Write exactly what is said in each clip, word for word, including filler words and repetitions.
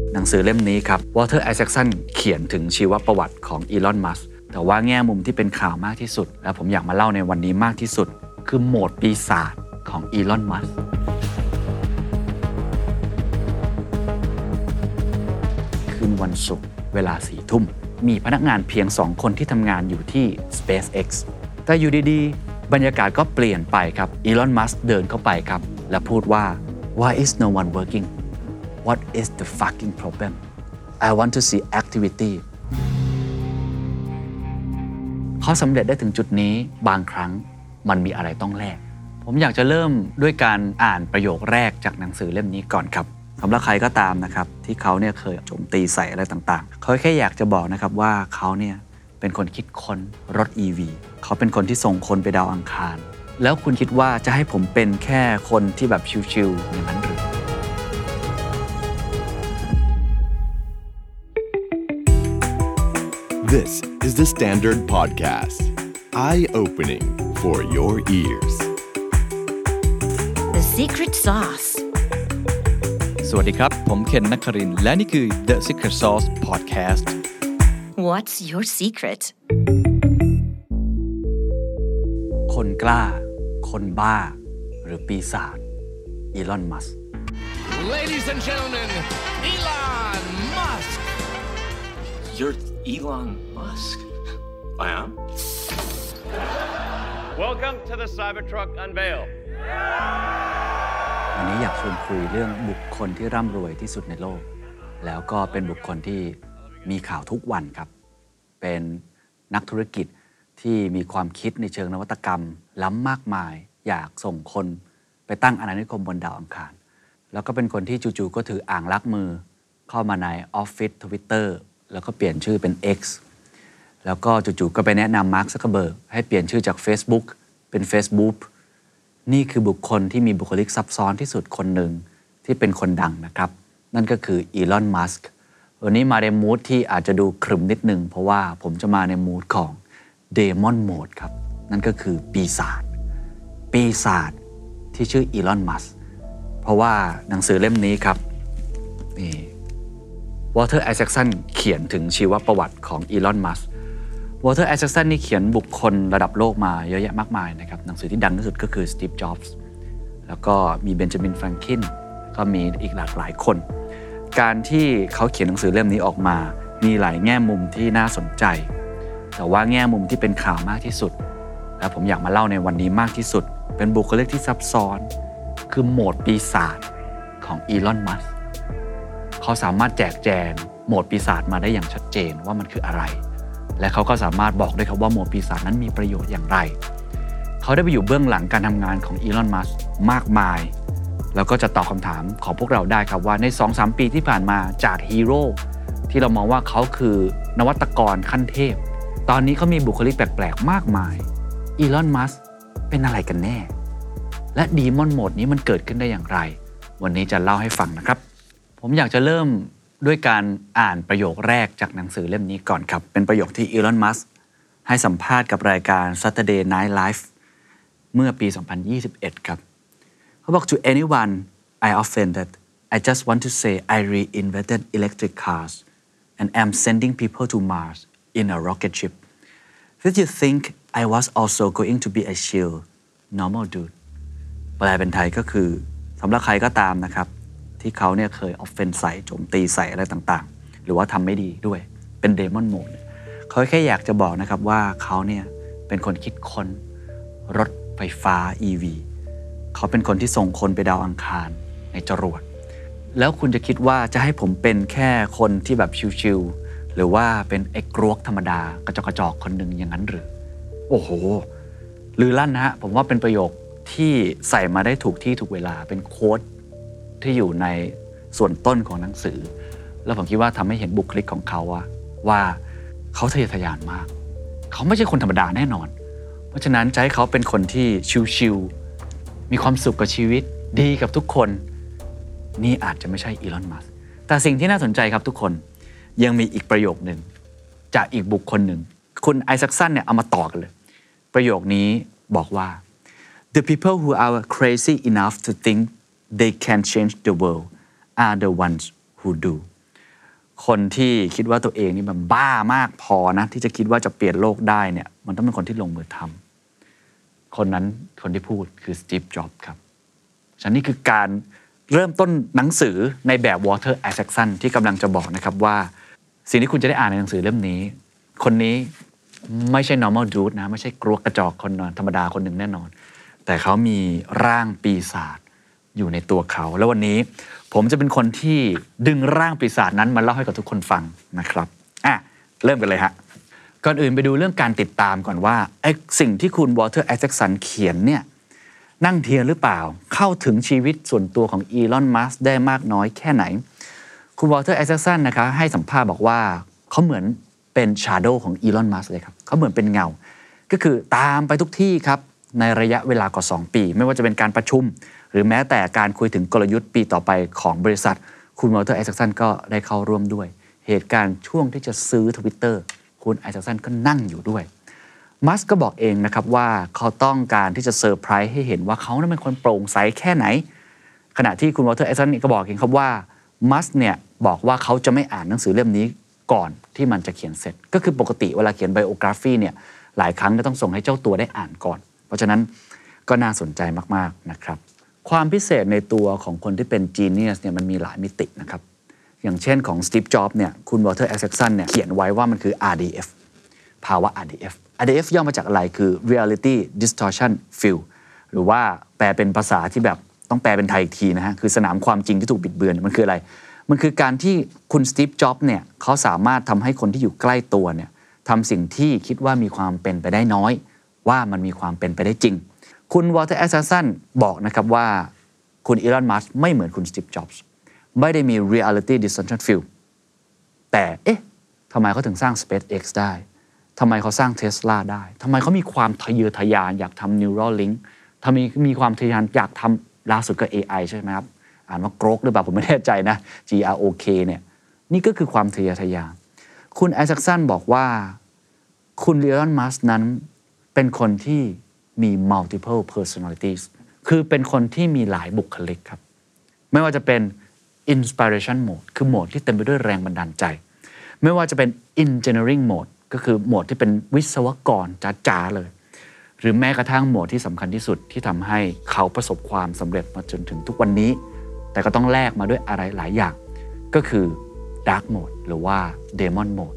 หนังสือเล่มนี้ครับวอลเตอร์ไอแซคสันเขียนถึงชีวประวัติของอีลอนมัสก์แต่ว่าแง่มุมที่เป็นข่าวมากที่สุดและผมอยากมาเล่าในวันนี้มากที่สุดคือโหมดปีศาจของอีลอนมัสก์คืนวันศุกร์เวลาสี่ทุ่มมีพนักงานเพียงสองคนที่ทำงานอยู่ที่ SpaceX แต่อยู่ดีๆบรรยากาศก็เปลี่ยนไปครับอีลอนมัสก์เดินเข้าไปครับและพูดว่า Why is no one working? What is the fucking problem? I want to see activity เขาสำเร็จได้ถึงจุดนี้บางครั้งมันมีอะไรต้องแลกผมอยากจะเริ่มด้วยการอ่านประโยคแรกจากหนังสือเล่มนี้ก่อนครับสำหรับใครก็ตามนะครับที่เขาเนี่ยเคยโจมตีใส่อะไรต่างๆเขาแค่อยากจะบอกนะครับว่าเขาเนี่ยเป็นคนคิดค้นรถ อี วี เขาเป็นคนที่ส่งคนไปดาวอังคารแล้วคุณคิดว่าจะให้ผมเป็นแค่คนที่แบบชิวๆอย่างนั้นหรือ This is the Standard Podcast. Eye-opening for your ears. The Secret Sauce. สวัสดีครับผมเคนนักครินทร์และนี่คือ The Secret Sauce Podcast. What's your secret? คนกล้าคนบ้าหรือปีศาจอีลอนมัสก์ Ladies and gentlemen, Elon Musk. You're Elon Musk. I am. Welcome to the Cybertruck Unveil. วันนี้อยากชวนคุยเรื่องบุคคลที่ร่ำรวยที่สุดในโลกแล้วก็เป็นบุคคลที่มีข่าวทุกวันครับเป็นนักธุรกิจที่มีความคิดในเชิงนวัตกรรมล้ำมากมายอยากส่งคนไปตั้งอาณานิคมบนดาวอังคารแล้วก็เป็นคนที่จู่ๆก็ถืออ่างล้างมือเข้ามาในออฟฟิศ Twitter แล้วก็เปลี่ยนชื่อเป็น X แล้วก็จู่ๆก็ไปแนะนำมาร์ค ซักเคอร์เบิร์กให้เปลี่ยนชื่อจาก Facebook เป็น Facebook นี่คือบุคคลที่มีบุคลิกซับซ้อนที่สุดคนหนึ่งที่เป็นคนดังนะครับนั่นก็คืออีลอน มัสก์วันนี้มาในมูดที่อาจจะดูขรึมนิดนึงเพราะว่าผมจะมาในมูดของเดมอนโหมดครับนั่นก็คือปีศาจปีศาจที่ชื่ออีลอน มัสก์เพราะว่าหนังสือเล่มนี้ครับนี่วอลเตอร์ ไอแซคสันเขียนถึงชีวประวัติของอีลอน มัสก์วอลเตอร์ ไอแซคสันนี่เขียนบุคคลระดับโลกมาเยอะแยะมากมายนะครับหนังสือที่ดังที่สุดก็คือสตีฟ จ็อบส์แล้วก็มีเบนจามิน แฟรงคลินก็มีอีกหลากหลายคนการที่เขาเขียนหนังสือเล่มนี้ออกมามีหลายแง่มุมที่น่าสนใจแต่ว่าแง่มุมที่เป็นข่าวมากที่สุดและผมอยากมาเล่าในวันนี้มากที่สุดเป็นบุคลิกที่ซับซ้อนคือโหมดปีศาจของอีลอน มัสก์เขาสามารถแจกแจงโหมดปีศาจมาได้อย่างชัดเจนว่ามันคืออะไรและเขาก็สามารถบอกได้ครับว่าโหมดปีศาจนั้นมีประโยชน์อย่างไรเขาได้ไปอยู่เบื้องหลังการทำงานของอีลอน มัสก์มากมายแล้วก็จะตอบคำถามของพวกเราได้ครับว่าใน สองถึงสาม ปีที่ผ่านมาจากฮีโร่ที่เรามองว่าเขาคือนวัตกรขั้นเทพตอนนี้เขามีบุคลิกแปลกๆมากมายอีลอน มัสก์เป็นอะไรกันแน่และดีมอนโหมดนี้มันเกิดขึ้นได้อย่างไรวันนี้จะเล่าให้ฟังนะครับผมอยากจะเริ่มด้วยการอ่านประโยคแรกจากหนังสือเล่มนี้ก่อนครับเป็นประโยคที่อีลอน มัสก์ให้สัมภาษณ์กับรายการ Saturday Night Live เมื่อปี สองพันยี่สิบเอ็ด ครับเขาบอก To anyone I offended I just want to say I reinvented electric cars and am sending people to Mars in a rocket ship Did you think I was also going to be a chill normal dude แปลเป็นไทยก็คือสำหรับใครก็ตามนะครับที่เขาเนี่ยเคยออฟเฟนใส่โจมตีใส่อะไรต่างๆหรือว่าทำไม่ดีด้วยเป็นเดมอนโหมดเขาแค่อยากจะบอกนะครับว่าเขาเนี่ยเป็นคนคิดค้นรถไฟฟ้า อี วี เขาเป็นคนที่ส่งคนไปดาวอังคารในจรวดแล้วคุณจะคิดว่าจะให้ผมเป็นแค่คนที่แบบชิวๆหรือว่าเป็นไอ้กรวกธรรมดากระจอกกระจอกคนหนึ่งอย่างนั้นหรือโอ้โหลือลั่นนะฮะผมว่าเป็นประโยคที่ใส่มาได้ถูกที่ถูกเวลาเป็นโค้ดที่อยู่ในส่วนต้นของหนังสือแล้วผมคิดว่าทำให้เห็นบุคลิกของเขาว่าว่าเขาทะเยอทะยานมากเขาไม่ใช่คนธรรมดาแน่นอนเพราะฉะนั้นจะให้เขาเป็นคนที่ชิวๆมีความสุขกับชีวิตดีกับทุกคนนี่อาจจะไม่ใช่อีลอน มัสก์แต่สิ่งที่น่าสนใจครับทุกคนยังมีอีกประโยคนึงจากอีกบุคคลหนึ่งคุณไอแซคสันเนี่ยเอามาต่อกันเลยประโยคนี้บอกว่า The people who are crazy enough to think they can change the world are the ones who do คนที่คิดว่าตัวเองนี่มันบ้ามากพอนะที่จะคิดว่าจะเปลี่ยนโลกได้เนี่ยมันต้องเป็นคนที่ลงมือทำคนนั้นคนที่พูดคือสตีฟ จ็อบส์ครับฉะนั้นนี่คือการเริ่มต้นหนังสือในแบบวอเตอร์ ไอแซคสันที่กำลังจะบอกนะครับว่าสิ่งที่คุณจะได้อ่านในหนังสือเล่มนี้คนนี้ไม่ใช่ normal dude นะไม่ใช่กรวกกระจอกคนธรรมดาคนหนึ่งแน่นอนแต่เขามีร่างปีศาจอยู่ในตัวเขาแล้ววันนี้ผมจะเป็นคนที่ดึงร่างปีศาจนั้นมาเล่าให้กับทุกคนฟังนะครับอ่ะเริ่มกันเลยฮะก่อนอื่นไปดูเรื่องการติดตามก่อนว่าไอ้สิ่งที่คุณวอเตอร์ ไอแซคสันเขียนเนี่ยนั่งเทียนหรือเปล่าเข้าถึงชีวิตส่วนตัวของอีลอน มัสก์ได้มากน้อยแค่ไหนคุณวอเตอร์ ไอแซคสันนะคะให้สัมภาษณ์บอกว่าเขาเหมือนเป็นชาโดว์ของอีลอน มัสก์เลยครับเขาเหมือนเป็นเงาก็คือตามไปทุกที่ครับในระยะเวลากว่าสองปีไม่ว่าจะเป็นการประชุมหรือแม้แต่การคุยถึงกลยุทธ์ปีต่อไปของบริษัทคุณวอเตอร์ ไอแซคสันก็ได้เข้าร่วมด้วยเหตุการณ์ช่วงที่จะซื้อ Twitter คุณไอแซคสันก็นั่งอยู่ด้วยมัสก์ก็บอกเองนะครับว่าเขาต้องการที่จะเซอร์ไพรส์ให้เห็นว่าเขานั้นเป็นคนโปร่งใสแค่ไหนขณะที่คุณวอเตอร์ ไอแซคสันก็บอกเองครับว่ามัสก์เนี่ยบอกว่าเขาจะไม่อ่านหนังสือเล่มนี้ก่อนที่มันจะเขียนเสร็จก็คือปกติเวลาเขียนไบโอกราฟีเนี่ยหลายครั้งจะต้องส่งให้เจ้าตัวได้อ่านก่อนเพราะฉะนั้นก็น่าสนใจมากๆนะครับความพิเศษในตัวของคนที่เป็นจีเนียสเนี่ยมันมีหลายมิตินะครับอย่างเช่นของสตีฟ จ็อบส์เนี่ยคุณวอเตอร์ ไอแซคสันเนี่ยเขียนไว้ว่ามันคือ อาร์ ดี เอฟ ภาวะ อาร์ ดี เอฟ อาร์ ดี เอฟ ย่อมาจากอะไรคือ Reality Distortion Field หรือว่าแปลเป็นภาษาที่แบบต้องแปลเป็นไทยอีกทีนะฮะคือสนามความจริงที่ถูกบิดเบือนมันคืออะไรมันคือการที่คุณสตีฟ จ็อบส์เนี่ยเขาสามารถทำให้คนที่อยู่ใกล้ตัวเนี่ยทำสิ่งที่คิดว่ามีความเป็นไปได้น้อยว่ามันมีความเป็นไปได้จริงคุณวอเตอร์ ไอแซคสันบอกนะครับว่าคุณอีลอน มัสก์ไม่เหมือนคุณสตีฟ จ็อบส์ไม่ได้มี Reality Distortion Field แต่เอ๊ะทำไมเขาถึงสร้าง SpaceX ได้ทำไมเขาสร้าง Tesla ได้ทำไมเขามีความทะเยอทะยานอยากทำ Neuralink ทำไมมีความทะเยอทะยานอยากทำล่าสุดก็ เอ ไอ ใช่ไหมครับอ่านว่า Grok หรือเปล่าผมไม่แน่ใจนะ G R O K เนี่ยนี่ก็คือความทะเยอทะยานคุณไอแซคสันบอกว่าคุณอีลอน มัสก์นั้นเป็นคนที่มี multiple personalities คือเป็นคนที่มีหลายบุคลิกครับไม่ว่าจะเป็น inspiration mode คือโหมดที่เต็มไปด้วยแรงบันดาลใจไม่ว่าจะเป็น engineering mode ก็คือโหมดที่เป็นวิศวกรจ๋าๆเลยหรือแม้กระทั่งโหมดที่สำคัญที่สุดที่ทำให้เขาประสบความสำเร็จมาจนถึงทุกวันนี้แต่ก็ต้องแลกมาด้วยอะไรหลายอย่างก็คือ dark mode หรือว่า demon mode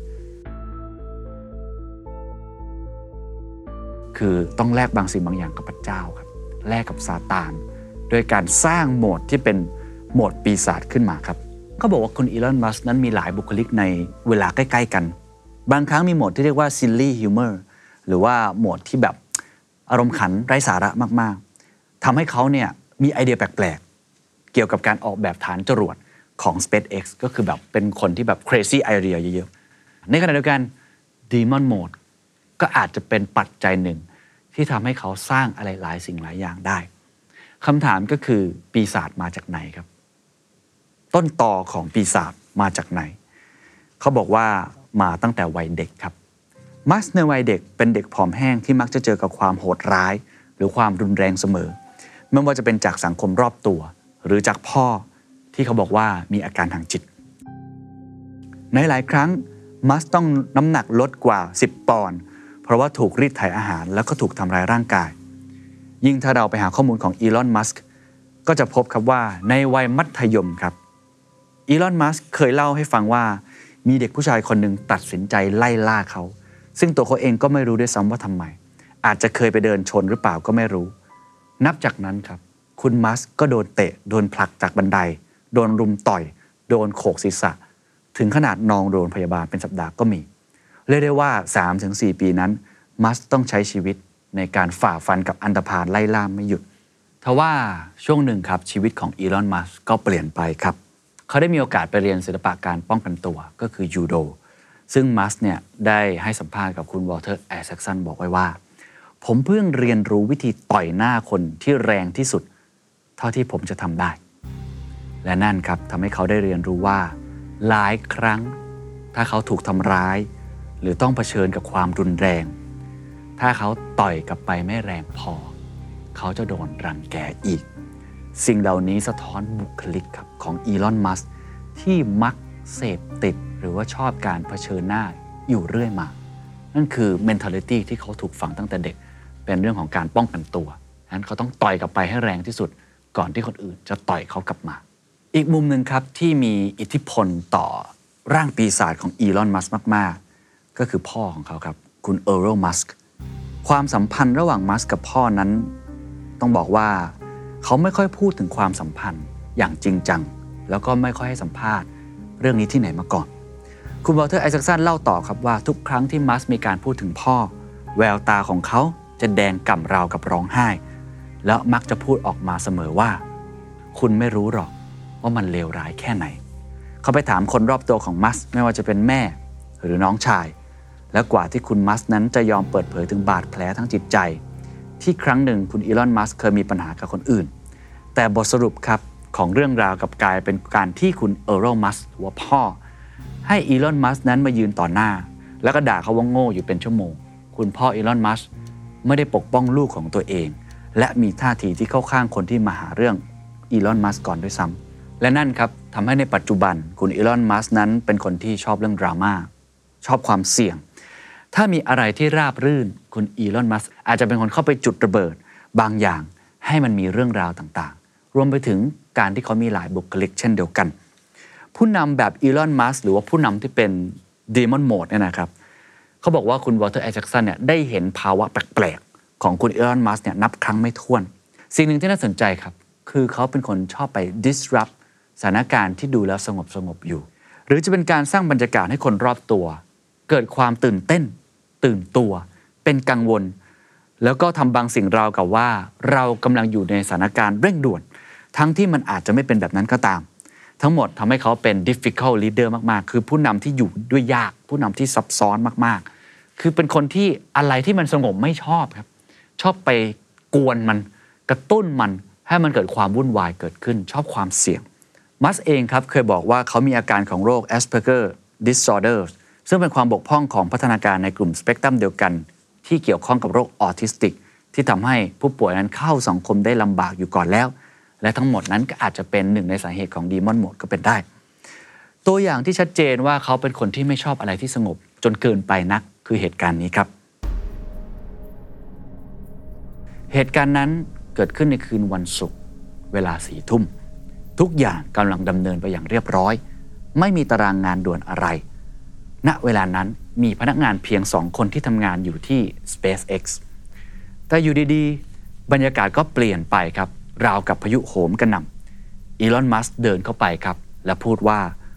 คือต้องแลกบางสิ่งบางอย่างกับพระเจ้าครับแลกกับซาตานโดยการสร้างโหมดที่เป็นโหมดปีศาจขึ้นมาครับเขาบอกว่าคุณอีลอน มัสก์นั้นมีหลายบุคลิกในเวลาใกล้ๆกันบางครั้งมีโหมดที่เรียกว่า silly humor หรือว่าโหมดที่แบบอารมณ์ขันไร้สาระมากๆทำให้เขาเนี่ยมีไอเดียแปลกๆเกี่ยวกับการออกแบบฐานจรวดของ SpaceX ก็คือแบบเป็นคนที่แบบ crazy idea เยอะๆในขณะเดียวกัน demon mode ก็อาจจะเป็นปัจจัยหนึ่งที่ทำให้เขาสร้างอะไรหลายสิ่งหลายอย่างได้คำถามก็คือปีศาจมาจากไหนครับต้นตอของปีศาจมาจากไหนเขาบอกว่ามาตั้งแต่วัยเด็กครับมัสก์ในวัยเด็กเป็นเด็กผอมแห้งที่มักจะเจอกับความโหดร้ายหรือความรุนแรงเสมอไม่ว่าจะเป็นจากสังคมรอบตัวหรือจากพ่อที่เขาบอกว่ามีอาการทางจิตในหลายครั้งมัสก์ต้องน้ำหนักลดกว่าสิบปอนด์เพราะว่าถูกรีดไถอาหารแล้วก็ถูกทำร้ายร่างกายยิ่งถ้าเราไปหาข้อมูลของอีลอน มัสก์ก็จะพบครับว่าในวัยมัธยมครับอีลอน มัสก์เคยเล่าให้ฟังว่ามีเด็กผู้ชายคนหนึ่งตัดสินใจไล่ล่าเขาซึ่งตัวเขาเองก็ไม่รู้ด้วยซ้ำว่าทำไมอาจจะเคยไปเดินชนหรือเปล่าก็ไม่รู้นับจากนั้นครับคุณมัสก์ก็โดนเตะโดนผลักจากบันไดโดนรุมต่อยโดนโขกศีรษะถึงขนาดนอนโรงพยาบาลเป็นสัปดาห์ก็มีเรียกได้ว่า สามถึงสี่ ปีนั้นมัสก์ต้องใช้ชีวิตในการฝ่าฟันกับอันธพาลไล่ล่าไม่หยุดทว่าช่วงหนึ่งครับชีวิตของอีลอน มัสก์ก็เปลี่ยนไปครับเขาได้มีโอกาสไปเรียนศิลปะการป้องกันตัวก็คือยูโดซึ่งมัสก์เนี่ยได้ให้สัมภาษณ์กับคุณวอเตอร์ ไอแซคสันบอกไว้ว่าผมเพิ่งเรียนรู้วิธีต่อยหน้าคนที่แรงที่สุดเท่าที่ผมจะทำได้และนั่นครับทำให้เขาได้เรียนรู้ว่าหลายครั้งถ้าเขาถูกทำร้ายหรือต้องเผชิญกับความรุนแรงถ้าเขาต่อยกลับไปไม่แรงพอเขาจะโดนรังแกอีกสิ่งเหล่านี้สะท้อนบุคลิกครับของอีลอน มัสก์ที่มักเสพติดหรือว่าชอบการเผชิญหน้าอยู่เรื่อยมานั่นคือ mentality ที่เขาถูกฝังตั้งแต่เด็กเป็นเรื่องของการป้องกันตัวฉะนั้นเขาต้องต่อยกลับไปให้แรงที่สุดก่อนที่คนอื่นจะต่อยเขากลับมาอีกมุมหนึ่งครับที่มีอิทธิพลต่อร่างปีศาจของอีลอนมัสก์มากๆก็คือพ่อของเขาครับคุณเออร์โรมัสก์ความสัมพันธ์ระหว่างมัสก์กับพ่อนั้นต้องบอกว่าเขาไม่ค่อยพูดถึงความสัมพันธ์อย่างจริงจังแล้วก็ไม่ค่อยให้สัมภาษณ์เรื่องนี้ที่ไหนมาก่อนคุณวอลเตอร์ไอแซคสันเล่าต่อครับว่าทุกครั้งที่มัสก์มีการพูดถึงพ่อแววตาของเขาจะแดงก่ำราวกับร้องไห้แล้วมักจะพูดออกมาเสมอว่าคุณไม่รู้หรอกว่ามันเลวร้ายแค่ไหนเขาไปถามคนรอบตัวของมัสก์ไม่ว่าจะเป็นแม่หรือน้องชายและกว่าที่คุณมัสก์นั้นจะยอมเปิดเผยถึงบาดแผลทั้งจิตใจที่ครั้งหนึ่งคุณอีลอนมัสก์เคยมีปัญหากับคนอื่นแต่บทสรุปครับของเรื่องราวกับกลายเป็นการที่คุณเออร์โรมัสก์หรือว่าพ่อให้อีลอนมัสก์นั้นมายืนต่อหน้าแล้วก็ด่าเขาว่าโง่อยู่เป็นชั่วโมงคุณพ่ออีลอนมัสก์ไม่ได้ปกป้องลูกของตัวเองและมีท่าทีที่เข้าข้างคนที่มาหาเรื่องอีลอนมัสก์ก่อนด้วยซ้ำและนั่นครับทำให้ในปัจจุบันคุณอีลอนมัสก์นั้นเป็นคนที่ชอบเรื่องดราม่าชอบความเสี่ยงถ้ามีอะไรที่ราบรื่นคุณอีลอนมัสก์อาจจะเป็นคนเข้าไปจุดระเบิดบางอย่างให้มันมีเรื่องราวต่างๆรวมไปถึงการที่เขามีหลายบุคลิกเช่นเดียวกันผู้นำแบบอีลอนมัสก์หรือว่าผู้นำที่เป็นเดมอนโหมดเนี่ยนะครับเขาบอกว่าคุณวอลเตอร์ไอแซคสันเนี่ยได้เห็นภาวะแปลกๆของคุณอีลอนมัสก์เนี่ยนับครั้งไม่ถ้วนสิ่งหนึ่งที่น่าสนใจครับคือเขาเป็นคนชอบไป disrupt สถานการณ์ที่ดูแล้วสงบๆอยู่หรือจะเป็นการสร้างบรรยากาศให้คนรอบตัวเกิดความตื่นเต้นตื่นตัวเป็นกังวลแล้วก็ทำบางสิ่งราวกับว่าเรากำลังอยู่ในสถานการณ์เร่งด่วนทั้งที่มันอาจจะไม่เป็นแบบนั้นก็ตามทั้งหมดทำให้เขาเป็น difficult leader มากๆคือผู้นำที่อยู่ด้วยยากผู้นำที่ซับซ้อนมากๆคือเป็นคนที่อะไรที่มันสงบไม่ชอบครับชอบไปกวนมันกระตุ้นมันให้มันเกิดความวุ่นวายเกิดขึ้นชอบความเสี่ยงมัสเองครับเคยบอกว่าเขามีอาการของโรค Asperger disorder ซึ่งเป็นความบกพร่องของพัฒนาการในกลุ่มสเปกตรัมเดียวกันที่เกี่ยวข้องกับโรคออทิสติกที่ทำให้ผู้ป่วยนั้นเข้าสังคมได้ลำบากอยู่ก่อนแล้วและทั้งหมดนั้นก็อาจจะเป็นหนึ่งในสาเหตุของดีมอนโหมดก็เป็นได้ตัวอย่างที่ชัดเจนว่าเขาเป็นคนที่ไม่ชอบอะไรที่สงบจนเกินไปนักคือเหตุการณ์นี้ครับเหตุการณ์นั้นเกิดขึ้นในคืนวันศุกร์เวลาสี่ทุ่มทุกอย่างกำลังดำเนินไปอย่างเรียบร้อยไม่มีตารางงานด่วนอะไรณเวลานั้นมีพนักงานเพียงสองคนที่ทำงานอยู่ที่ SpaceX แต่อยู่ดีๆบรรยากาศก็เปลี่ยนไปครับราวกับพายุโหมกระหน่ำอีลอนมัสก์เดินเข้าไปครับและพูดว่า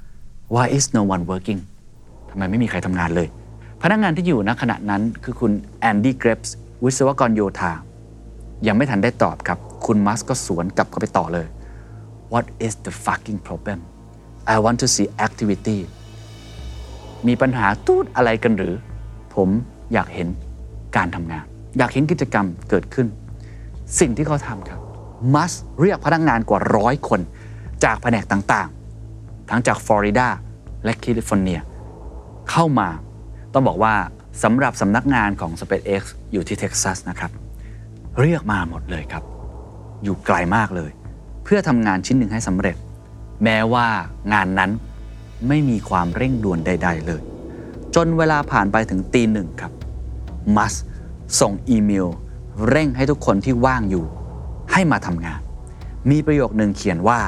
Why is no one working ทำไมไม่มีใครทำงานเลยพนักงานที่อยู่ณขณะนั้นคือคุณแอนดี้เกรฟส์วิศวกรโยธายังไม่ทันได้ตอบครับคุณมัสก์ก็สวนกลับเข้าไปต่อเลย What is the fucking problem I want to see activity มีปัญหาตูดอะไรกันหรือผมอยากเห็นการทำงานอยากเห็นกิจกรรมเกิดขึ้นสิ่งที่เขาทำครับมัสเรียกพนักงานกว่าร้อยคนจากแผนกต่างๆทั้งจากฟลอริดาและแคลิฟอร์เนียเข้ามาต้องบอกว่าสำหรับสำนักงานของ SpaceX อยู่ที่เท็กซัสนะครับเรียกมาหมดเลยครับอยู่ไกลมากเลยเพื่อทำงานชิ้นหนึ่งให้สำเร็จแม้ว่างานนั้นไม่มีความเร่งด่วนใดๆเลยจนเวลาผ่านไปถึงตีหนึ่งครับมัสส่งอีเมลเร่งให้ทุกคนที่ว่างอยู่ให้มาทำงานมีประโยคนึงเขียนว่า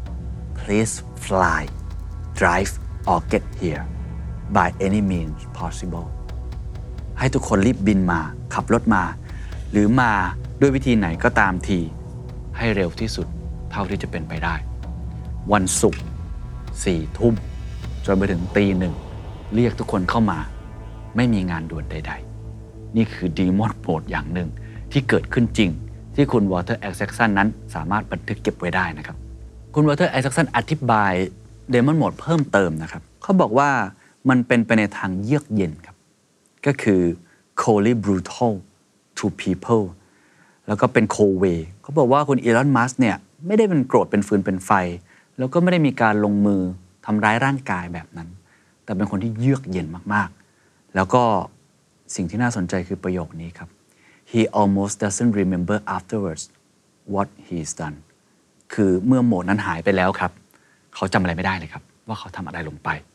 please fly drive or get here by any means possible ให้ทุกคนรีบบินมาขับรถมาหรือมาด้วยวิธีไหนก็ตามทีให้เร็วที่สุดเท่าที่จะเป็นไปได้วันศุกร์สี่ทุ่มจนไปถึงตีหนึ่งเรียกทุกคนเข้ามาไม่มีงานด่วนใดๆนี่คือดีมอนโหมดอย่างหนึ่งที่เกิดขึ้นจริงที่คุณวอลเตอร์ไอแซคสันนั้นสามารถบันทึกเก็บไว้ได้นะครับคุณวอลเตอร์ไอแซคสันอธิบายเดมอนโหมดเพิ่มเติมนะครับเขาบอกว่ามันเป็นไปในทางเยือกเย็นครับก็คือ coldly brutal to people แล้วก็เป็น cold way เขาบอกว่าคุณอีลอนมัสก์เนี่ยไม่ได้เป็นโกรธเป็นฟืนเป็นไฟแล้วก็ไม่ได้มีการลงมือทำร้ายร่างกายแบบนั้นแต่เป็นคนที่เยือกเย็นมากๆแล้วก็สิ่งที่น่าสนใจคือประโยคนี้ครับ He almost doesn't remember afterwards what he's done คือเมื่อโหมดนั้นหายไปแล้วครับเขาจำอะไรไม่ได้เลยครับว่าเขาทำอะไรลงไป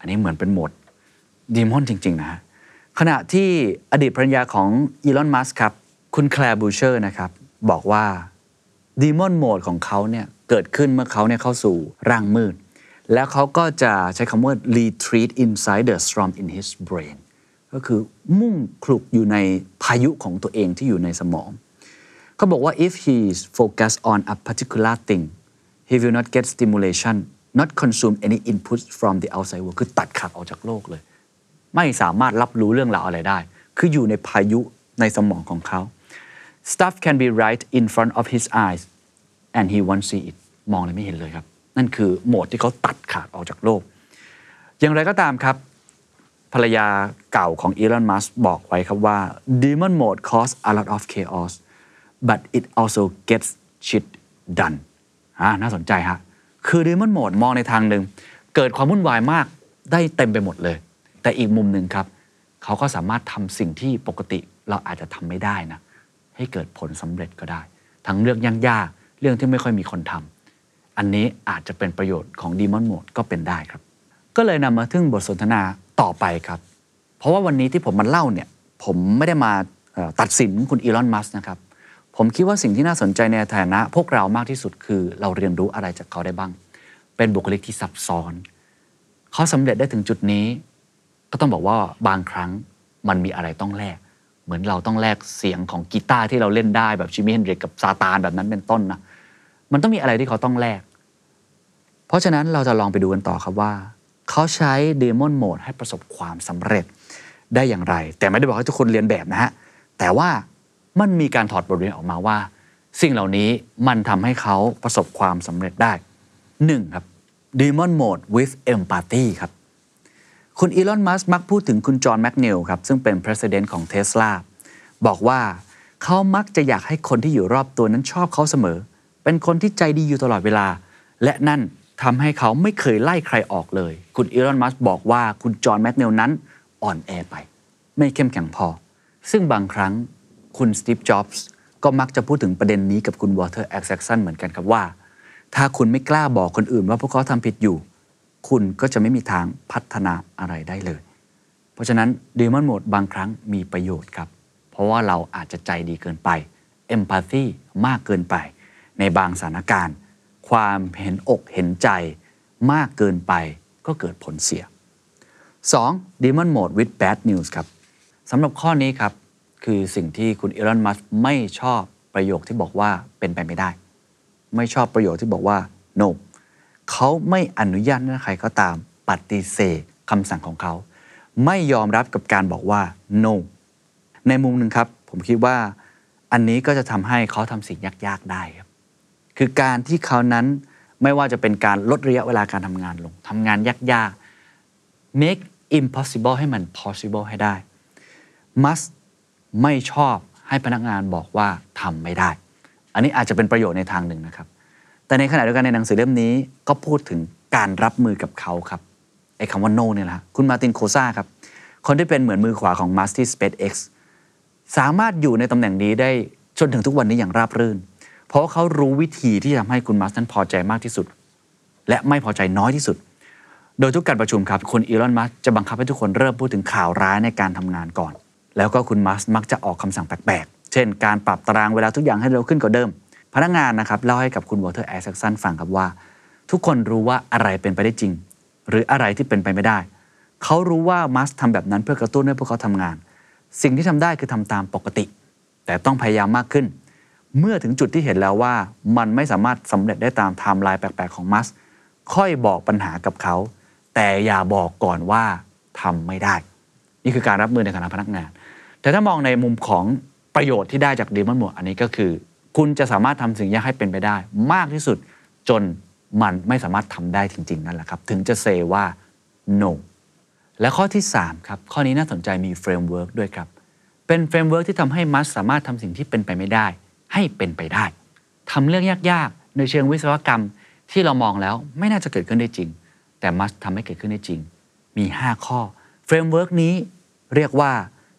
อันนี้เหมือนเป็นโหมดดีมอนจริงๆนะฮะขณะที่อดีตภรรยาของอีลอนมัสก์ครับคุณแคลร์บูเชอร์นะครับบอกว่าดีมอนโหมดของเขาเนี่ยเกิดขึ้นเมื่อเขาเนี่ยเข้าสู่ร่างมืดแล้วเขาก็จะใช้คำว่า retreat inside the storm in his brain ก็คือมุ่งคลุกอยู่ในพายุของตัวเองที่อยู่ในสมองเขาบอกว่า if he is focused on a particular thing he will not get stimulation not consume any input from the outside world คือตัดขาดออกจากโลกเลยไม่สามารถรับรู้เรื่องราวอะไรได้คืออยู่ในพายุในสมองของเขา stuff can be right in front of his eyes and he won't see it มองเลยไม่เห็นเลยครับนั่นคือโหมดที่เขาตัดขาดออกจากโลกอย่างไรก็ตามครับภรรยาเก่าของอีลอนมัสก์บอกไว้ครับว่า demon mode cause a lot of chaos but it also gets shit done อ่าน่าสนใจฮะคือ demon mode มองในทางหนึ่งเกิดความวุ่นวายมากได้เต็มไปหมดเลยแต่อีกมุมหนึ่งครับเขาก็สามารถทำสิ่งที่ปกติเราอาจจะทำไม่ได้นะให้เกิดผลสำเร็จก็ได้ทั้งเรื่องยากๆเรื่องที่ไม่ค่อยมีคนทำอันนี้อาจจะเป็นประโยชน์ของ demon mode ก็เป็นได้ครับก็เลยนำมาถึงบทสนทนาต่อไปครับเพราะว่าวันนี้ที่ผมมาเล่าเนี่ยผมไม่ได้มาตัดสินคุณอีลอนมัสก์นะครับผมคิดว่าสิ่งที่น่าสนใจในฐานะพวกเรามากที่สุดคือเราเรียนรู้อะไรจากเขาได้บ้างเป็นบุคลิกที่ซับซ้อนเขาสำเร็จได้ถึงจุดนี้ก็ต้องบอกว่าบางครั้งมันมีอะไรต้องแลกเหมือนเราต้องแลกเสียงของกีตาร์ที่เราเล่นได้แบบจิมมี่เฮนดริกกับซาตานแบบนั้นเป็นต้นนะมันต้องมีอะไรที่เขาต้องแลกเพราะฉะนั้นเราจะลองไปดูกันต่อครับว่าเขาใช้เดมอนโหมดให้ประสบความสำเร็จได้อย่างไรแต่ไม่ได้บอกให้ทุกคนเรียนแบบนะฮะแต่ว่ามันมีการถอดบทเรียนออกมาว่าสิ่งเหล่านี้มันทำให้เขาประสบความสำเร็จได้หนึ่งครับ Demon Mode with Empathy ครับคุณอีลอนมัสก์มักพูดถึงคุณจอห์นแมคเนลครับซึ่งเป็น President ของ Tesla บอกว่าเขามักจะอยากให้คนที่อยู่รอบตัวนั้นชอบเขาเสมอเป็นคนที่ใจดีอยู่ตลอดเวลาและนั่นทำให้เขาไม่เคยไล่ใครออกเลยคุณอีลอนมัสก์บอกว่าคุณจอห์นแมคเนลนั้นอ่อนแอไปไม่เข้มแข็งพอซึ่งบางครั้งคุณสตีฟจ็อบส์ก็มักจะพูดถึงประเด็นนี้กับคุณวอเตอร์แอคแซคสันเหมือนกันครับว่าถ้าคุณไม่กล้าบอกคนอื่นว่าพวกเขาทำผิดอยู่คุณก็จะไม่มีทางพัฒนาอะไรได้เลยเพราะฉะนั้น Demon Mode บางครั้งมีประโยชน์ครับเพราะว่าเราอาจจะใจดีเกินไป Empathy มากเกินไปในบางสถานการณ์ความเห็นอกเห็นใจมากเกินไปก็เกิดผลเสีย สอง Demon Mode with Bad News ครับสำหรับข้อนี้ครับคือสิ่งที่คุณอีลอนมัสก์ไม่ชอบประโยคที่บอกว่าเป็นไปไม่ได้ไม่ชอบประโยคที่บอกว่า no เขาไม่อนุญาตให้ใครก็ตามปฏิเสธคำสั่งของเขาไม่ยอมรับกับการบอกว่า no ในมุมหนึ่งครับผมคิดว่าอันนี้ก็จะทำให้เขาทำสิ่งยากๆได้ครับคือการที่เขานั้นไม่ว่าจะเป็นการลดระยะเวลาการทำงานลงทำงานยากๆ make impossible ให้มัน possible ให้ได้มัสไม่ชอบให้พนักงานบอกว่าทำไม่ได้อันนี้อาจจะเป็นประโยชน์ในทางหนึ่งนะครับแต่ในขณะเดียวกันในหนังสือเล่มนี้ก็พูดถึงการรับมือกับเขาครับไอ้คำว่า no เนี่ยแหละคุณมาร์ตินโคซ่าครับคนที่เป็นเหมือนมือขวาของมัสก์ที่ SpaceX สามารถอยู่ในตำแหน่งนี้ได้จนถึงทุกวันนี้อย่างราบรื่นเพราะเขารู้วิธีที่จะทำให้คุณมัสก์นั้นพอใจมากที่สุดและไม่พอใจน้อยที่สุดโดยทุกการประชุมครับคุณอีลอนมัสก์จะบังคับให้ทุกคนเริ่มพูดถึงข่าวร้ายในการทำงานก่อนแล้วก็คุณมัสก์มักจะออกคำสั่งแปลกๆเช่นการปรับตารางเวลาทุกอย่างให้เร็วขึ้นกว่าเดิมพนักงานนะครับเล่าให้กับคุณวอเตอร์แอคแซคสันฟังครับว่าทุกคนรู้ว่าอะไรเป็นไปได้จริงหรืออะไรที่เป็นไปไม่ได้เขารู้ว่ามัสก์ทำแบบนั้นเพื่อกระตุ้นให้พวกเขาทำงานสิ่งที่ทำได้คือทำตามปกติแต่ต้องพยายามมากขึ้นเมื่อถึงจุดที่เห็นแล้วว่ามันไม่สามารถสำเร็จได้ตามไทม์ไลน์แปลกๆของมัสก์ค่อยบอกปัญหากับเขาแต่อย่าบอกก่อนว่าทำไม่ได้นี่คือการรับมือในฐานะพนักงานแต่ถ้ามองในมุมของประโยชน์ที่ได้จาก Demon Mode อันนี้ก็คือคุณจะสามารถทำสิ่งยากให้เป็นไปได้มากที่สุดจนมันไม่สามารถทำได้จริงๆนั่นแหละครับถึงจะเซว่า no และข้อที่สามครับข้อนี้น่าสนใจมีเฟรมเวิร์กด้วยครับเป็นเฟรมเวิร์กที่ทำให้มัสสามารถทำสิ่งที่เป็นไปไม่ได้ให้เป็นไปได้ทำเรื่องยากๆในเชิงวิศวกรรมที่เรามองแล้วไม่น่าจะเกิดขึ้นได้จริงแต่มัสทำให้เกิดขึ้นได้จริงมีห้าข้อเฟรมเวิร์กนี้เรียกว่า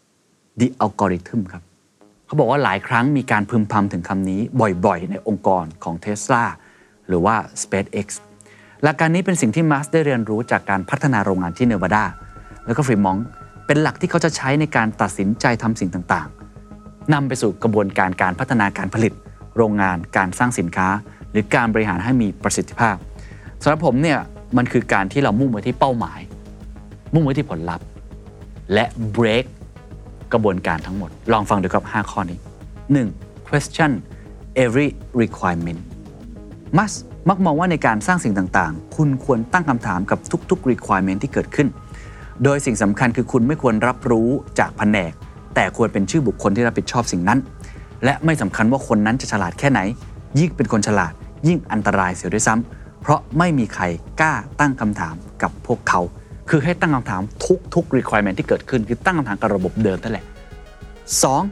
the algorithm ครับเขาบอกว่าหลายครั้งมีการพึมพำถึงคำนี้บ่อยๆในองค์กรของ Tesla หรือว่า SpaceX หหลักการนี้เป็นสิ่งที่มัสได้เรียนรู้จากการพัฒนาโรงงานที่เนวาดาแล้วก็ฟรีมอนต์เป็นหลักที่เขาจะใช้ในการตัดสินใจทำสิ่งต่างๆนำไปสู่กระบวนการการพัฒนาการผลิตโรงงานการสร้างสินค้าหรือการบริหารให้มีประสิทธิภาพสำหรับผมเนี่ยมันคือการที่เรามุ่งไปที่เป้าหมายมุ่งไปที่ผลลัพธ์และ break กระบวนการทั้งหมดลองฟังดูครับห้าข้อนี้ หนึ่ง question every requirement must มักมองว่าในการสร้างสิ่งต่างๆคุณควรตั้งคำถามกับทุกๆ requirement ที่เกิดขึ้นโดยสิ่งสำคัญคือคุณไม่ควรรับรู้จากแผนกแต่ควรเป็นชื่อบุคคลที่รับผิดชอบสิ่งนั้นและไม่สำคัญว่าคนนั้นจะฉลาดแค่ไหนยิ่งเป็นคนฉลาดยิ่งอันตรายเสียด้วยซ้ำเพราะไม่มีใครกล้าตั้งคำถามกับพวกเขาคือให้ตั้งคำถามทุกๆ requirement ที่เกิดขึ้นคือตั้งคำถามกับระบบเดิมนั่นแหละ สอง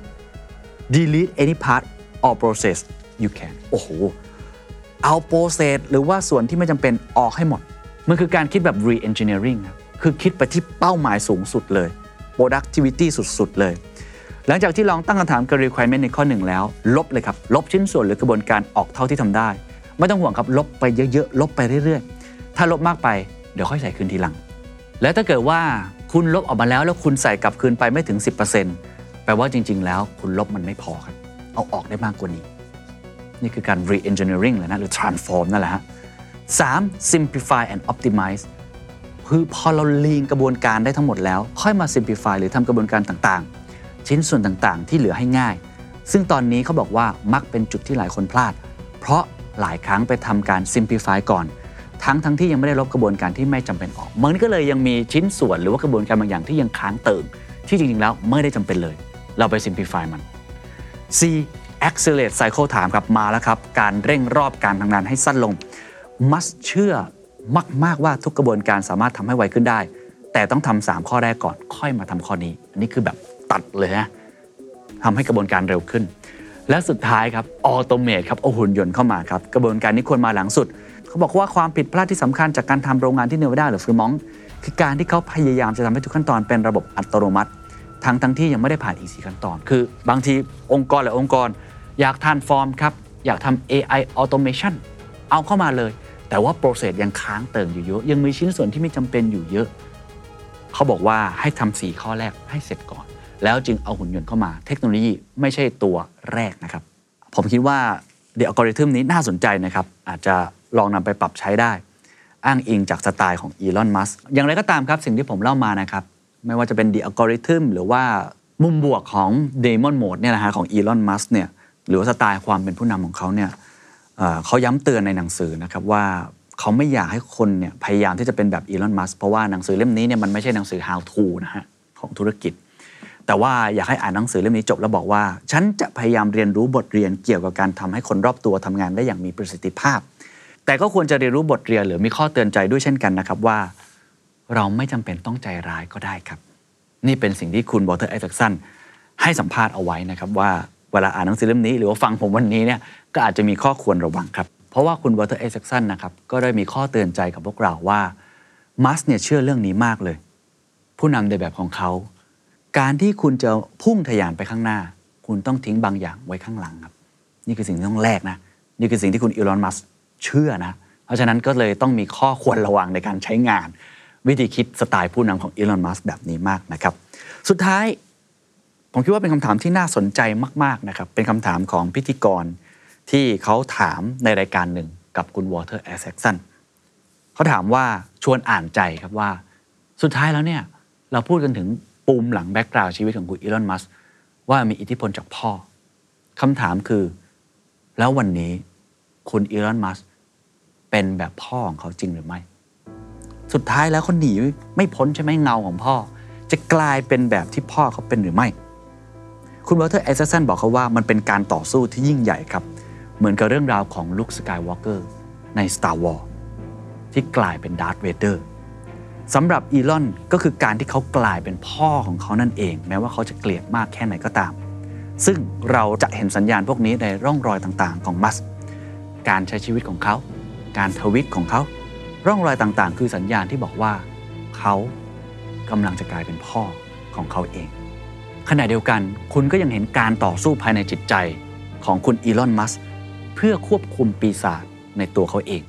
delete any part or process you can โอ้โหเอา process หรือว่าส่วนที่ไม่จำเป็นออกให้หมดมันคือการคิดแบบ re-engineering ครับคือคิดไปที่เป้าหมายสูงสุดเลย productivity สุดๆเลยหลังจากที่ลองตั้งคำถามกับ requirement ในข้อหนึ่งแล้วลบเลยครับลบชิ้นส่วนหรือกระบวนการออกเท่าที่ทำได้ไม่ต้องห่วงครับลบไปเยอะๆลบไปเรื่อยๆถ้าลบมากไปเดี๋ยวค่อยใส่คืนทีหลังและถ้าเกิดว่าคุณลบออกมาแล้วแล้วคุณใส่กลับคืนไปไม่ถึง สิบเปอร์เซ็นต์ แปลว่าจริงๆแล้วคุณลบมันไม่พอครับเอาออกได้มากกว่านี้นี่คือการ re-engineering เลยนะหรือ transform นั่นแหละฮะ สาม simplify and optimize คือพอเราลีนกระบวนการได้ทั้งหมดแล้วค่อยมา simplify หรือทำกระบวนการต่างๆชิ้นส่วนต่างๆที่เหลือให้ง่ายซึ่งตอนนี้เขาบอกว่ามักเป็นจุดที่หลายคนพลาดเพราะหลายครั้งไปทำการ simplify ก่อนทั้งทั้งที่ยังไม่ได้ลบกระบวนการที่ไม่จำเป็นออกมันก็เลยยังมีชิ้นส่วนหรือว่ากระบวนการบางอย่างที่ยังค้างเติ่งที่จริงๆแล้วไม่ได้จำเป็นเลยเราไป simplify มัน สี่ accelerate cycle time ครับมาแล้วครับการเร่งรอบการทำงานให้สั้นลง must เชื่อมากๆว่าทุกกระบวนการสามารถทำให้ไวขึ้นได้แต่ต้องทำสามข้อแรกก่อนค่อยมาทำข้อนี้อันนี้คือแบบตัดเลยนะทำให้กระบวนการเร็วขึ้นและสุดท้ายครับ automate ครับเอาหุ่นยนต์เข้ามาครับกระบวนการนี้ควรมาหลังสุดเขาบอกว่าความผิดพลาดที่สำคัญจากการทำโรงงานที่เนวาดาหรือฟรีมอนต์คือการที่เขาพยายามจะทำให้ทุกขั้นตอนเป็นระบบอัตโนมัติทั้งทั้งที่ยังไม่ได้ผ่านอีกสี่ขั้นตอนคือบางทีองค์กรหรือองค์กรอยาก transform ครับอยากทำ เอ ไอ automation เอาเข้ามาเลยแต่ว่า process ยังค้างเติ่งอยู่เยอะยังมีชิ้นส่วนที่ไม่จำเป็นอยู่เยอะเขาบอกว่าให้ทำสี่ข้อแรกให้เสร็จก่อนแล้วจึงเอาหุ่นยนต์เข้ามาเทคโนโลยีไม่ใช่ตัวแรกนะครับผมคิดว่า The Algorithm นี้น่าสนใจนะครับอาจจะลองนำไปปรับใช้ได้อ้างอิงจากสไตล์ของอีลอน มัสก์อย่างไรก็ตามครับสิ่งที่ผมเล่ามานะครับไม่ว่าจะเป็น The Algorithm หรือว่ามุมบวกของ Demon Mode เนี่ยนะฮะของอีลอน มัสก์เนี่ยหรือว่าสไตล์ความเป็นผู้นำของเขาเนี่ย เอ่อ เขาย้ำเตือนในหนังสือนะครับว่าเขาไม่อยากให้คนเนี่ยพยายามที่จะเป็นแบบอีลอน มัสก์เพราะว่าหนังสือเล่มนี้เนี่ยมันไม่ใช่หนังสือ how to นะฮะของธุรกิจแต่ว่าอยากให้อ่านหนังสือเล่มนี้จบแล้วบอกว่าฉันจะพยายามเรียนรู้บทเรียนเกี่ยวกับการทำให้คนรอบตัวทำงานได้อย่างมีประสิทธิภาพแต่ก็ควรจะเรียนรู้บทเรียนหรือมีข้อเตือนใจด้วยเช่นกันนะครับว่าเราไม่จำเป็นต้องใจร้ายก็ได้ครับนี่เป็นสิ่งที่คุณวอลเตอร์ ไอแซคสันให้สัมภาษณ์เอาไว้นะครับว่าเวลาอ่านหนังสือเล่มนี้หรือว่าฟังผมวันนี้เนี่ยก็อาจจะมีข้อควรระวังครับเพราะว่าคุณวอลเตอร์ ไอแซคสันนะครับก็ได้มีข้อเตือนใจกับพวกเราว่ามัสก์เนี่ยเชื่อเรื่องนี้มากเลยผู้นำในแบบของเขาการที่คุณจะพุ่งทะยานไปข้างหน้าคุณต้องทิ้งบางอย่างไว้ข้างหลังครับนี่คือสิ่งที่ต้องแลกนะนี่คือสิ่งที่คุณอีลอน มัสก์เชื่อนะเพราะฉะนั้นก็เลยต้องมีข้อควรระวังในการใช้งานวิธีคิดสไตล์ผู้นำของอีลอน มัสก์แบบนี้มากนะครับสุดท้ายผมคิดว่าเป็นคำถามที่น่าสนใจมากๆนะครับเป็นคำถามของพิธีกรที่เขาถามในรายการหนึ่งกับคุณวอลเตอร์ ไอแซคสันเขาถามว่าชวนอ่านใจครับว่าสุดท้ายแล้วเนี่ยเราพูดกันถึงปูมหลังแบ็กกราวด์ชีวิตของคุณอีลอน มัสก์ว่ามีอิทธิพลจากพ่อคำถามคือแล้ววันนี้คุณอีลอน มัสก์เป็นแบบพ่อของเขาจริงหรือไม่สุดท้ายแล้วเขาหนีไม่พ้นใช่ไหมเงาของพ่อจะกลายเป็นแบบที่พ่อเขาเป็นหรือไม่คุณวอลเตอร์ ไอแซคสันบอกเขาว่ามันเป็นการต่อสู้ที่ยิ่งใหญ่ครับเหมือนกับเรื่องราวของลุค สกายวอล์กเกอร์ใน Star Wars ที่กลายเป็นดาร์ธ เวเดอร์สำหรับอีลอนก็คือการที่เขากลายเป็นพ่อของเขานั่นเองแม้ว่าเขาจะเกลียดมากแค่ไหนก็ตามซึ่งเราจะเห็นสัญญาณพวกนี้ในร่องรอยต่างๆของมัสก์การใช้ชีวิตของเขาการทวิตของเขาร่องรอยต่างๆคือสัญญาณที่บอกว่าเขากำลังจะกลายเป็นพ่อของเขาเองขณะเดียวกันคุณก็ยังเห็นการต่อสู้ภายในจิตใจของคุณอีลอน มัสก์เพื่อควบคุมปีศาจในตัวเขาเอง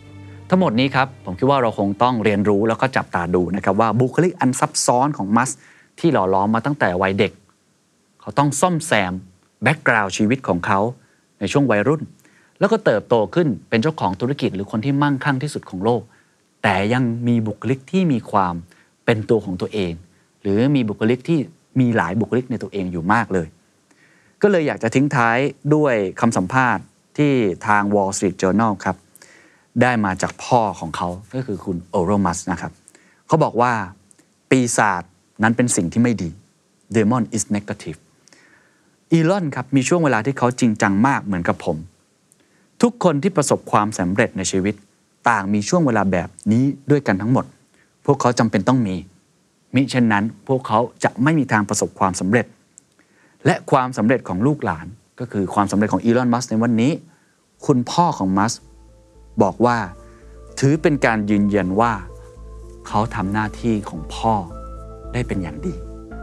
ทั้งหมดนี้ครับผมคิดว่าเราคงต้องเรียนรู้แล้วก็จับตาดูนะครับว่าบุคลิกอันซับซ้อนของมัสก์ที่หล่อหลอมมาตั้งแต่วัยเด็กเขาต้องซ่อมแซมแบ็กกราวด์ชีวิตของเขาในช่วงวัยรุ่นแล้วก็เติบโตขึ้นเป็นเจ้าของธุรกิจหรือคนที่มั่งคั่งที่สุดของโลกแต่ยังมีบุคลิกที่มีความเป็นตัวของตัวเองหรือมีบุคลิกที่มีหลายบุคลิกในตัวเองอยู่มากเลยก็เลยอยากจะทิ้งท้ายด้วยคำสัมภาษณ์ที่ทาง Wall Street Journal ครับได้มาจากพ่อของเขาก็คือคุณโอโรมัสนะครับเขาบอกว่าปีศาจนั้นเป็นสิ่งที่ไม่ดี Demon is negative อีลอนครับมีช่วงเวลาที่เขาจริงจังมากเหมือนกับผมทุกคนที่ประสบความสำเร็จในชีวิตต่างมีช่วงเวลาแบบนี้ด้วยกันทั้งหมดพวกเขาจำเป็นต้องมีมิเช่นนั้นพวกเขาจะไม่มีทางประสบความสำเร็จและความสำเร็จของลูกหลานก็คือความสำเร็จของอีลอน มัสก์ในวันนี้คุณพ่อของมัสก์บอกว่าถือเป็นการยืนยันว่าเขาทำหน้าที่ของพ่อได้เป็นอย่างดี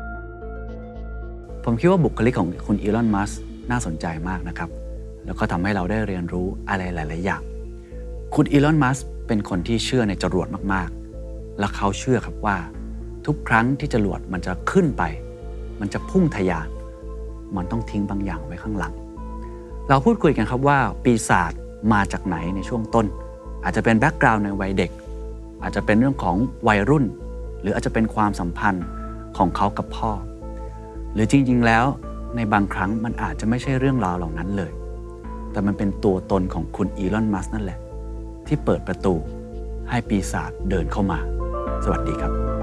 ผมคิดว่าบุคลิกของคุณอีลอน มัสก์น่าสนใจมากนะครับแล้วก็ทำให้เราได้เรียนรู้อะไรหลายๆอย่างคุณอีลอน มัสก์เป็นคนที่เชื่อในจรวดมากๆและเขาเชื่อครับว่าทุกครั้งที่จรวดมันจะขึ้นไปมันจะพุ่งทะยานมันต้องทิ้งบางอย่างไว้ข้างหลังเราพูดคุยกันครับว่าปีศาจมาจากไหนในช่วงต้นอาจจะเป็นแบ็กกราวด์ในวัยเด็กอาจจะเป็นเรื่องของวัยรุ่นหรืออาจจะเป็นความสัมพันธ์ของเขากับพ่อหรือจริงๆแล้วในบางครั้งมันอาจจะไม่ใช่เรื่องราวเหล่านั้นเลยแต่มันเป็นตัวตนของคุณอีลอน มัสก์นั่นแหละที่เปิดประตูให้ปีศาจเดินเข้ามาสวัสดีครับ